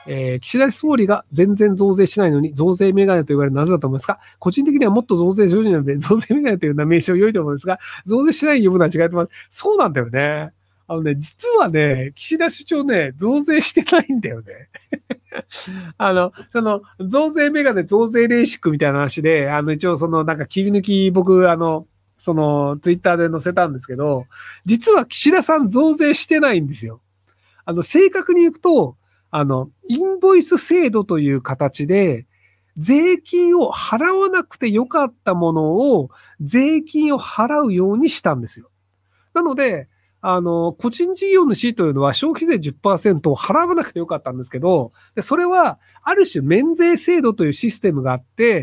岸田総理が全然増税しないのに増税メガネと言われるなぜだと思いますか？個人的にはもっと増税上手なので増税メガネという名称良いと思うんですが、増税しない呼ぶのは違いと思います。そうなんだよね。実はね、岸田首長ね、増税してないんだよね。増税メガネ、増税レーシックみたいな話で、一応切り抜き僕、ツイッターで載せたんですけど、実は岸田さん増税してないんですよ。正確に言うと、インボイス制度という形で、税金を払わなくてよかったものを、税金を払うようにしたんですよ。なので、個人事業主というのは消費税 10% を払わなくてよかったんですけど、それは、ある種免税制度というシステムがあって、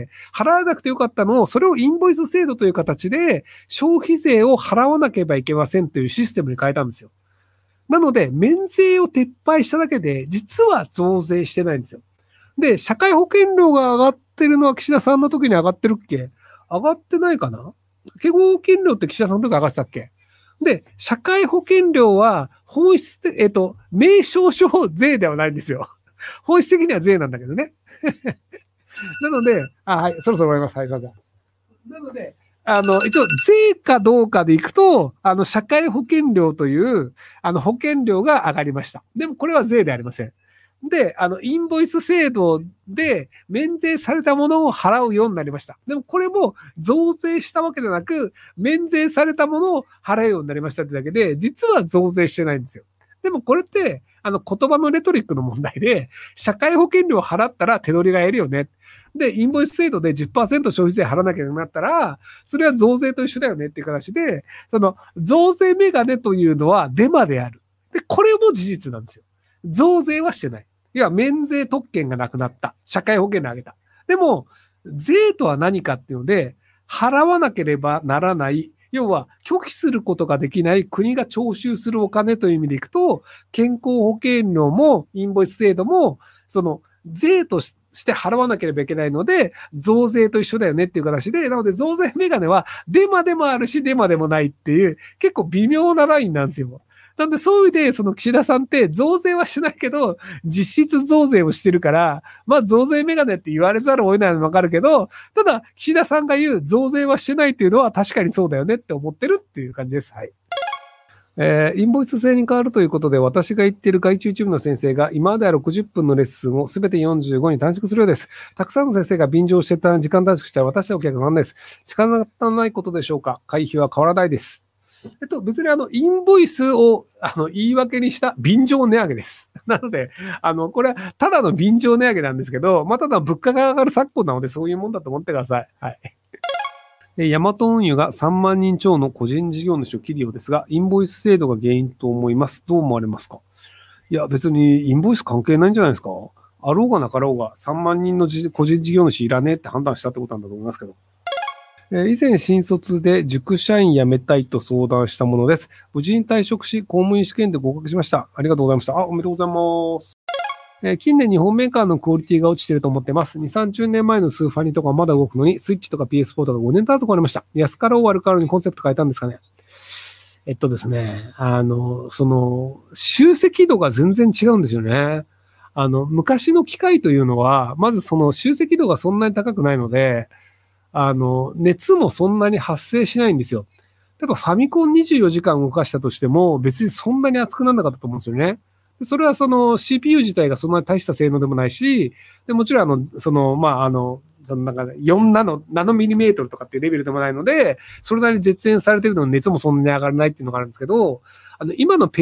払わなくてよかったのを、それをインボイス制度という形で、消費税を払わなければいけませんというシステムに変えたんですよ。なので、免税を撤廃しただけで、実は増税してないんですよ。で、社会保険料が上がってるのは岸田さんの時に上がってるっけ？上がってないかな？健康保険料って岸田さんの時上がってたっけ？で、社会保険料は本質で、名称上税ではないんですよ。本質的には税なんだけどね。なので、はい、そろそろ終わります。はい、すいません。なので、一応、税かどうかでいくと、社会保険料という、保険料が上がりました。でも、これは税でありません。で、インボイス制度で免税されたものを払うようになりました。でもこれも増税したわけではなく、免税されたものを払うようになりましたってだけで、実は増税してないんですよ。でもこれって、言葉のレトリックの問題で、社会保険料を払ったら手取りが得るよね。で、インボイス制度で 10% 消費税払わなきゃいけなくなったら、それは増税と一緒だよねっていう形で、増税メガネというのはデマである。で、これも事実なんですよ。増税はしてない。いや、免税特権がなくなった。社会保険で上げた。でも、税とは何かっていうので、払わなければならない。要は、拒否することができない国が徴収するお金という意味でいくと、健康保険料もインボイス制度も、税として払わなければいけないので、増税と一緒だよねっていう形で、なので増税メガネはデマでもあるし、デマでもないっていう、結構微妙なラインなんですよ。なんでそういう意味で、岸田さんって増税はしないけど、実質増税をしてるから、まあ増税メガネって言われざるを得ないのもわかるけど、ただ、岸田さんが言う増税はしてないっていうのは確かにそうだよねって思ってるっていう感じです。はい。インボイス制に変わるということで、私が言っている外注チームの先生が、今までは60分のレッスンをすべて45に短縮するようです。たくさんの先生が便乗してた時間短縮したら私はお客さんです。仕方ないことでしょうか？会費は変わらないです。別にインボイスを、言い訳にした便乗値上げです。なので、これはただの便乗値上げなんですけど、まあ、ただ物価が上がる昨今なので、そういうもんだと思ってください。はい。ヤマト運輸が3万人超の個人事業主を切るようですが、インボイス制度が原因と思います。どう思われますか？いや、別にインボイス関係ないんじゃないですか？あろうがなかろうが3万人の個人事業主いらねえって判断したってことなんだと思いますけど。以前新卒で塾社員辞めたいと相談したものです。無事に退職し、公務員試験で合格しました。ありがとうございました。おめでとうございます。近年日本メーカーのクオリティが落ちていると思っています。2、30年前のスーファニとかまだ動くのに、スイッチとか PS4 とか5年経つとかありました。安かろう悪かろうにコンセプト変えたんですかね。ですね、集積度が全然違うんですよね。昔の機械というのは、まずその集積度がそんなに高くないので、熱もそんなに発生しないんですよ。例えばファミコン24時間動かしたとしても、別にそんなに熱くならなかったと思うんですよね。それはその CPU 自体がそんなに大した性能でもないし、でもちろんなんか4ナノミリメートルとかっていうレベルでもないので、それなりに絶縁されてるのに熱もそんなに上がらないっていうのがあるんですけど、今の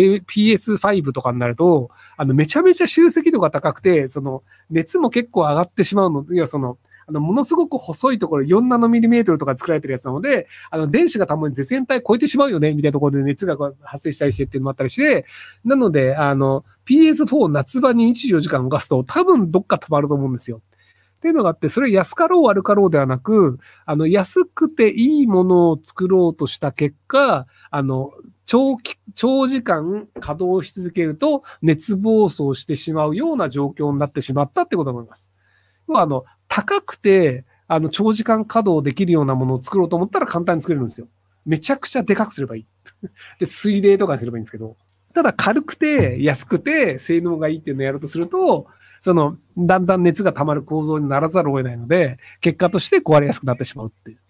PS5 とかになると、めちゃめちゃ集積度が高くて、熱も結構上がってしまうの、いや、ものすごく細いところ、4ナノミリメートルとか作られてるやつなので、電子がたまに絶縁体超えてしまうよね、みたいなところで熱が発生したりしてっていうのもあったりして、なので、PS4 夏場に24時間動かすと、多分どっか止まると思うんですよ。っていうのがあって、それ安かろう悪かろうではなく、安くていいものを作ろうとした結果、長時間稼働し続けると熱暴走してしまうような状況になってしまったってことだと思います。高くて、長時間稼働できるようなものを作ろうと思ったら簡単に作れるんですよ。めちゃくちゃでかくすればいい。で、水冷とかにすればいいんですけど、ただ軽くて安くて性能がいいっていうのをやるとすると、 だんだん熱が溜まる構造にならざるを得ないので、結果として壊れやすくなってしまうっていう。